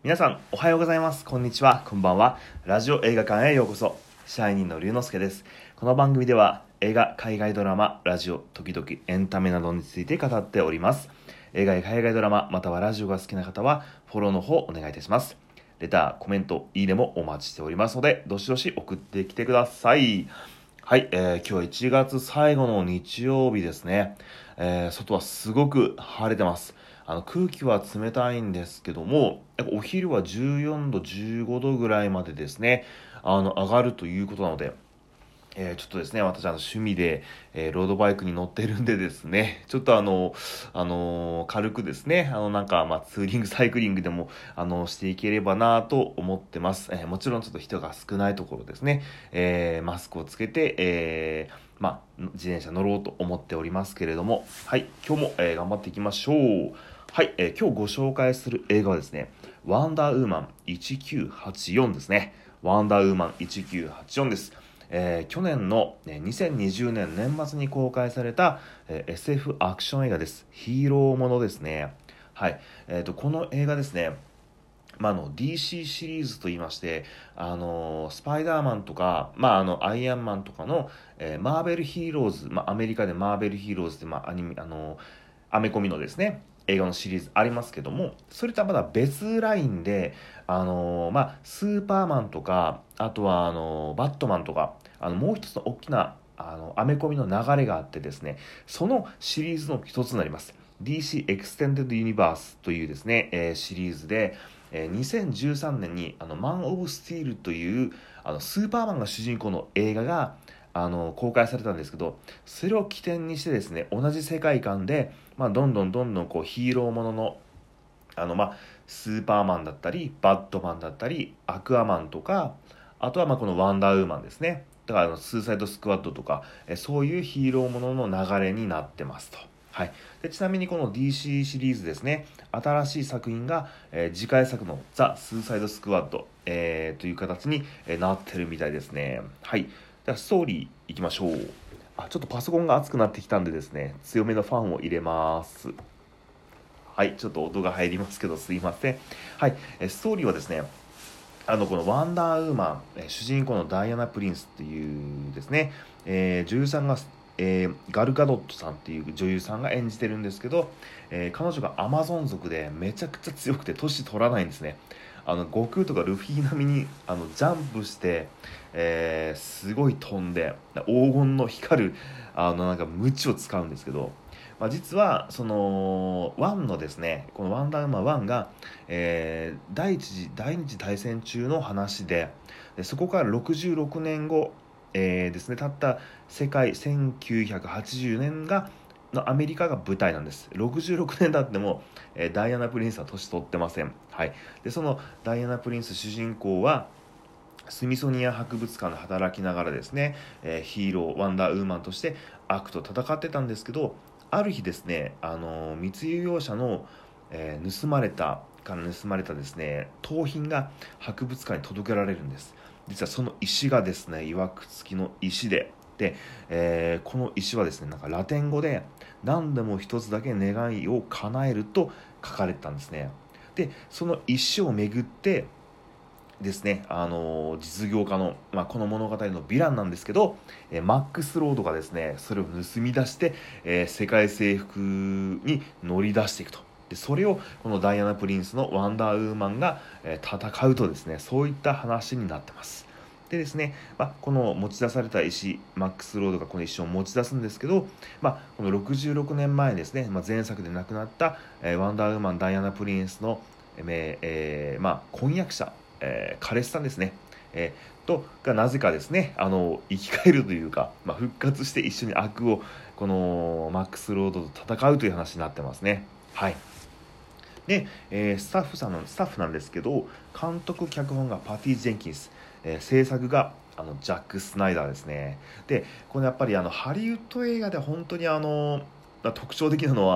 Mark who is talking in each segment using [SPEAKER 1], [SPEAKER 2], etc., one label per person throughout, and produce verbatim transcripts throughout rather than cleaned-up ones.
[SPEAKER 1] 皆さんおはようございます。こんにちは、こんばんは。ラジオ映画館へようこそ。支配人の龍之介です。この番組では映画、海外ドラマ、ラジオ、時々エンタメなどについて語っております。映画や海外ドラマまたはラジオが好きな方はフォローの方お願いいたします。レター、コメント、いいねもお待ちしておりますので、どしどし送ってきてください。はい、えー、今日はいちがつ最後の日曜日ですね。えー、外はすごく晴れてます。あの空気は冷たいんですけども、お昼はじゅうよんど、じゅうごどぐらいまでですね、あの上がるということなので、えー、ちょっとですね、私は趣味で、えー、ロードバイクに乗ってるんでですね、ちょっとあの、あのー軽くですね、あのなんか、まあ、ツーリング、サイクリングでも、あの、していければなと思ってます。えーもちろんちょっと人が少ないところですね、えーマスクをつけて、えーまあ、自転車乗ろうと思っておりますけれども、はい、今日も、えー頑張っていきましょう。はい、えー今日ご紹介する映画はですね、ワンダーウーマンいちきゅうはちよんですね。ワンダーウーマンいちきゅうはちよんです。えー去年のえーにせんにじゅうねん年末に公開された、えー エスエフ アクション映画です。ヒーローものですね。はい。えーと、この映画ですね、まあ、あの ディーシー シリーズといいまして、あのスパイダーマンとか、まあ、あのアイアンマンとかの、えーマーベルヒーローズ、まあ、アメリカでマーベルヒーローズで、まあ、アニメ、あのアメコミのですね、映画のシリーズありますけども、それとはまだ別ラインで、あのまあ、スーパーマンとか、あとはあのバットマンとか、あのもう一つの大きなあのアメコミの流れがあってですね、そのシリーズの一つになります。ディーシー Extended Universe というですね、えーシリーズで、えーにせんじゅうさんねんにあのマン・オブ・スティールというあのスーパーマンが主人公の映画があの公開されたんですけど、それを起点にしてですね、同じ世界観で、まあ、どんどんどんどんこうヒーローもののあの、まあ、スーパーマンだったりバットマンだったりアクアマンとか、あとはまあこのワンダーウーマンですね、だからあのスーサイドスクワッドとか、えそういうヒーローものの流れになってますと。はい、でちなみにこの ディーシー シリーズですね、新しい作品が、えー次回作のザ・スーサイドスクワッド、えーという形に、えーなってるみたいですね。はい、ではストーリーいきましょう。あ、ちょっとパソコンが熱くなってきたんでですね、強めのファンを入れます。はい、ちょっと音が入りますけどすいません。はい、えストーリーはですね、あのこのワンダーウーマン、え主人公のダイアナ・プリンスっていうですね、えー女優さんが、えーガルガドットさんっていう女優さんが演じてるんですけど、えー彼女がアマゾン族でめちゃくちゃ強くて年取らないんですね。あの悟空とかルフィ並みにあのジャンプして、えーすごい飛んで黄金の光るあのなんか鞭を使うんですけど、まあ、実はそのワンのですね、このワンダーウーマンワンが、えー第一次第二次大戦中の話で、でそこからろくじゅうろくねんご、えーですね、たった世界せんきゅうひゃくはちじゅうねんがのアメリカが舞台なんです。ろくじゅうろくねん経っても、えーダイアナ・プリンスは年取ってません。はい、でそのダイアナ・プリンス主人公はスミソニア博物館で働きながらですね、えーヒーローワンダーウーマンとして悪と戦ってたんですけど、ある日ですね、あのー密輸業者の、えー盗まれたから盗まれたですね盗品が博物館に届けられるんです。実はその石がですね、曰く付きの石でで、えーこの石はですね、なんかラテン語で何でも一つだけ願いを叶えると書かれてたんですね。でその石をめぐってですね、あの実業家の、まあ、この物語のヴィランなんですけど、えーマックス・ロードがですねそれを盗み出して、えー世界征服に乗り出していくと。でそれをこのダイアナ・プリンスのワンダーウーマンが、えー戦うとですね、そういった話になってます。でですね、まあ、この持ち出された石、マックス・ロードがこの石を持ち出すんですけど、まあ、このろくじゅうろくねんまえですね、まあ、前作で亡くなった、えーワンダーウーマンダイアナ・プリンスの、えーえーまあ、婚約者、えー彼氏さんですね、えーとがなぜかですね、あの生き返るというか、まあ、復活して一緒に悪をこのマックス・ロードと戦うという話になってますね。はい。で、えースタッフさんのスタッフなんですけど、監督脚本がパティ・ジェンキンス、えー制作があのジャック・スナイダーですね。でこのやっぱりあのハリウッド映画で本当にあの特徴的なのは、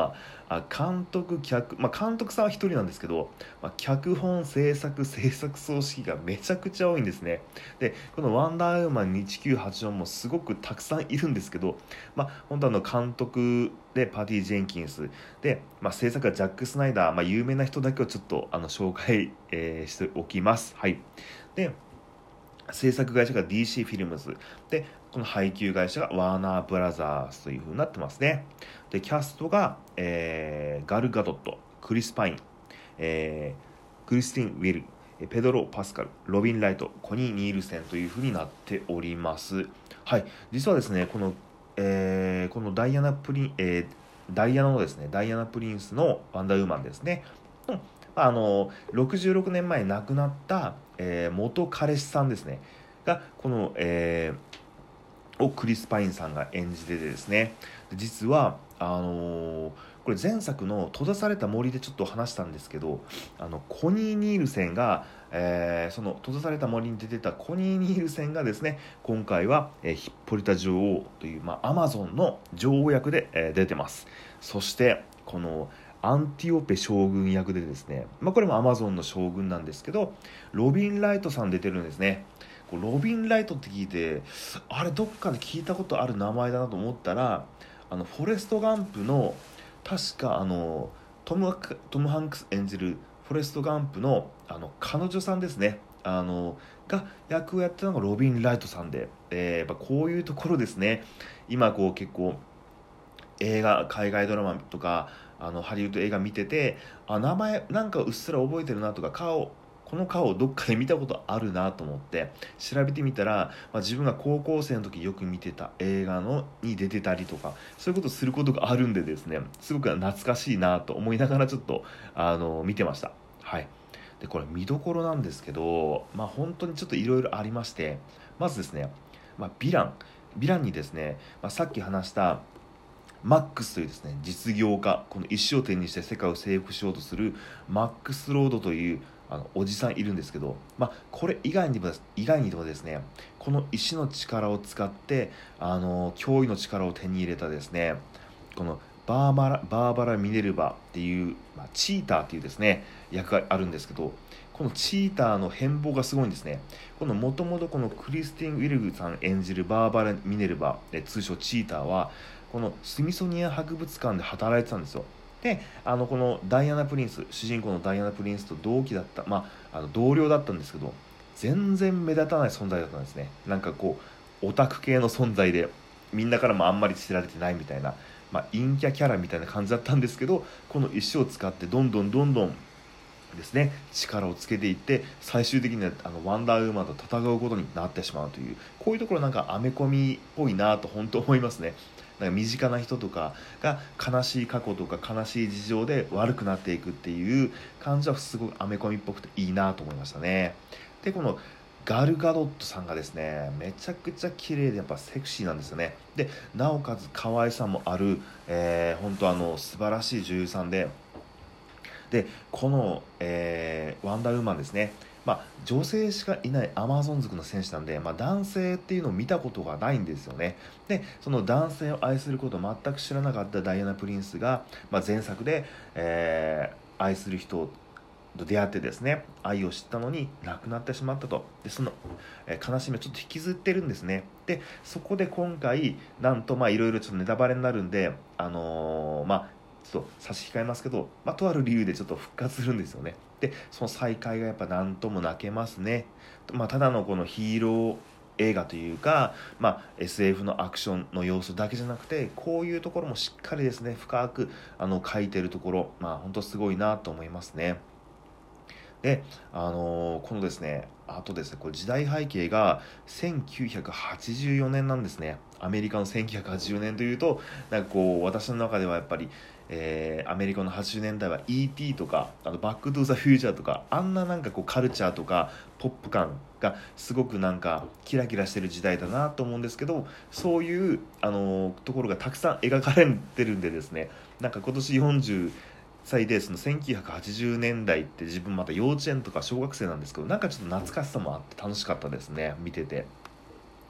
[SPEAKER 1] あ監督脚、まあ、監督さんは一人なんですけど、まあ、脚本制作制作総指揮がめちゃくちゃ多いんですね。でこのワンダーウーマンにせんきゅうひゃくはちじゅうよんもすごくたくさんいるんですけど、まあ、本当あの監督でパティ・ジェンキンスで、まあ、制作はジャック・スナイダー、まあ、有名な人だけをちょっとあの紹介、えーしておきます。はい。で制作会社が ディーシー フィルムズで、この配給会社がワーナーブラザーズという風になってますね。でキャストが、えーガル・ガドット、クリス・パイン、えークリスティン・ウィル、ペドロ・パスカル、ロビン・ライト、コニー・ニールセンという風になっております。はい。実はですね、この、えーこのダイアナ・プリン、えーダイアナのですね、ダイアナ・プリンスのワンダーウーマンですね。うんあのろくじゅうろくねんまえに亡くなった、えー元彼氏さんですねがこの、えーをクリス・パインさんが演じててですね、実はあのーこれ前作の「閉ざされた森」でちょっと話したんですけど、あのコニー・ニールセンが、えーその閉ざされた森に出てたコニー・ニールセンがですね、今回は、えーヒッポリタ女王という、まあ、アマゾンの女王役で、えー出てます。そしてこのアンティオペ将軍役でですね、まあ、これもアマゾンの将軍なんですけど、ロビン・ライトさん出てるんですね。こうロビン・ライトって聞いて、あれどっかで聞いたことある名前だなと思ったら、あのフォレスト・ガンプの確かあのトム・トムハンクス演じるフォレスト・ガンプのあの彼女さんですね、あのが役をやってたのがロビン・ライトさんで、えー、やっぱこういうところですね。今こう結構映画海外ドラマとかあのハリウッド映画見てて、あ名前なんかうっすら覚えてるなとか、顔この顔をどっかで見たことあるなと思って調べてみたら、まあ、自分が高校生の時よく見てた映画のに出てたりとか、そういうことすることがあるんでですね、すごく懐かしいなと思いながらちょっとあの見てました。はい。でこれ見どころなんですけど、まあ本当にちょっといろいろありまして、まずですね、まあ、ヴィランヴィランにですね、まあ、さっき話したマックスというですね実業家、この石を手にして世界を征服しようとするマックス・ロードというあのおじさんいるんですけど、まあ、これ以外にも以外にもですね、この石の力を使ってあの驚異の力を手に入れたですね、このバーバラバーバラ・ミネルバっていう、まあ、チーターっていうですね役があるんですけど、このチーターの変貌がすごいんですね。このもともとこのクリスティン・ウィルグさん演じるバーバラ・ミネルバ、通称チーターはこのスミソニアン博物館で働いてたんですよ。であのこのダイアナ・プリンス、主人公のダイアナ・プリンスと同期だった、まあ、あの同僚だったんですけど、全然目立たない存在だったんですね。なんかこうオタク系の存在で、みんなからもあんまり知られてないみたいな、まあ、陰キャキャラみたいな感じだったんですけど、この石を使ってどんどんどんどんですね力をつけていって、最終的にはあのワンダーウーマンと戦うことになってしまうという、こういうところなんかアメコミっぽいなと本当思いますね。なんか身近な人とかが悲しい過去とか悲しい事情で悪くなっていくっていう感じはすごくアメコミっぽくていいなと思いましたね。でこのガル・ガドットさんがですねめちゃくちゃ綺麗でやっぱセクシーなんですよね。でなおかつ可愛さもある、えー、本当あの素晴らしい女優さんで、でこの、えーワンダーウーマンですね、まあ、女性しかいないアマゾン族の戦士なんで、まあ、男性っていうのを見たことがないんですよね。でその男性を愛することを全く知らなかったダイアナ・プリンスが、まあ、前作で、えー愛する人と出会ってですね、愛を知ったのに亡くなってしまったと。でその、えー悲しみをちょっと引きずってるんですね。でそこで今回なんとまあいろいろちょっとネタバレになるんで、あのーまあちょっと差し控えますけど、まあ、とある理由でちょっと復活するんですよね。でその再会がやっぱ何とも泣けますね。まあ、ただのこのヒーロー映画というか、まあ、エスエフ のアクションの要素だけじゃなくて、こういうところもしっかりですね深くあの書いてるところ、まあ本当すごいなと思いますね。で、あのーこのですね、あとですね、これ時代背景がせんきゅうひゃくはちじゅうよねんなんですね。アメリカのせんきゅうひゃくはちじゅうねんというと、なんかこう、私の中ではやっぱり、えーアメリカのはちじゅうねんだいは イーティー とか、あのバックトゥーザフューチャーとか、あんななんかこうカルチャーとかポップ感がすごくなんかキラキラしてる時代だなと思うんですけど、そういう、あのーところがたくさん描かれてるんでですね、なんか今年よんじゅっさいでそのせんきゅうひゃくはちじゅうねんだいって自分また幼稚園とか小学生なんですけど、なんかちょっと懐かしさもあって楽しかったですね、見てて。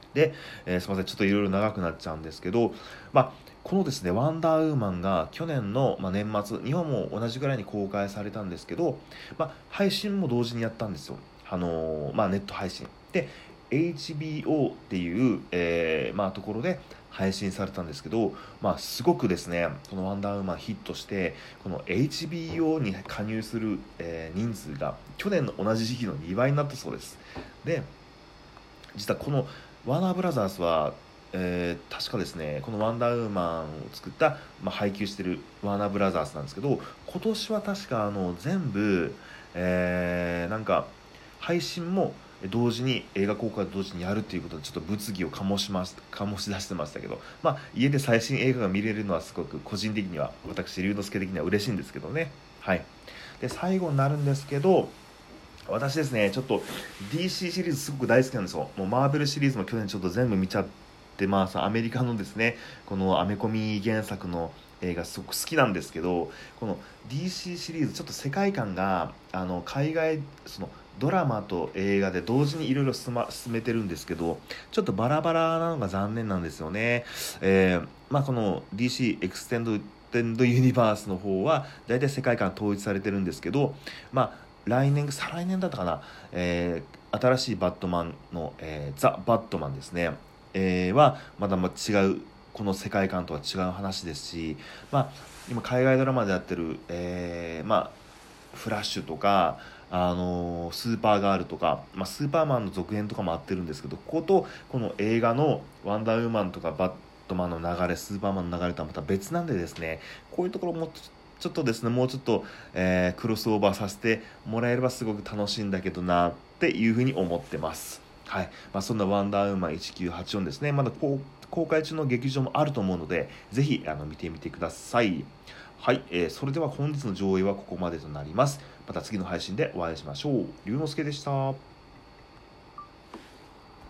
[SPEAKER 1] で、えーすみません、ちょっといろいろ長くなっちゃうんですけど、まあ、このですね、ワンダーウーマンが去年の、まあ、年末、日本も同じぐらいに公開されたんですけど、まあ、配信も同時にやったんですよ。あのーまあ、ネット配信。で、エイチビーオー っていう、えーまあ、ところで配信されたんですけど、まあ、すごくですね、このワンダーウーマンヒットして、この エイチビーオー に加入する、えー人数が去年の同じ時期のにばいになったそうです。で、実はこのワーナーブラザーズは、えー確かですね、このワンダーウーマンを作った、まあ、配給してるワーナーブラザーズなんですけど、今年は確かあの全部、えーなんか配信も同時に、映画公開と同時にやるということでちょっと物議を醸しまし醸し出してましたけど、まあ、家で最新映画が見れるのはすごく個人的には、私龍之介的には嬉しいんですけどね。はい。で最後になるんですけど、私ですね、ちょっと ディーシー シリーズすごく大好きなんですよ。もうマーベルシリーズも去年ちょっと全部見ちゃってます。アメリカのですね、このアメコミ原作の映画すごく好きなんですけど、この ディーシー シリーズちょっと世界観があの海外、そのドラマと映画で同時にいろいろ進めてるんですけど、ちょっとバラバラなのが残念なんですよね。えーまあ、この ディーシー エクステンドテンドユニバースの方はだいたい世界観統一されてるんですけど、まあ来年再来年だったかな、えー新しいバットマンの、えーザ・バットマンですね、えーはまだま違う、この世界観とは違う話ですし、まあ、今海外ドラマでやってる、えーまあ、フラッシュとか、あのースーパーガールとか、まあ、スーパーマンの続編とかもあってるんですけど、こことこの映画のワンダーウーマンとかバットマンの流れ、スーパーマンの流れとはまた別なんでですね、こういうところもちょっとですね、もうちょっと、えークロスオーバーさせてもらえればすごく楽しいんだけどなっていうふうに思ってます。はい。まあ、そんなワンダーウーマンせんきゅうひゃくはちじゅうよんですね、まだこう公開中の劇場もあると思うので、ぜひあの見てみてください。はい、えーそれでは本日の上映はここまでとなります。また次の配信でお会いしましょう。龍之介でした。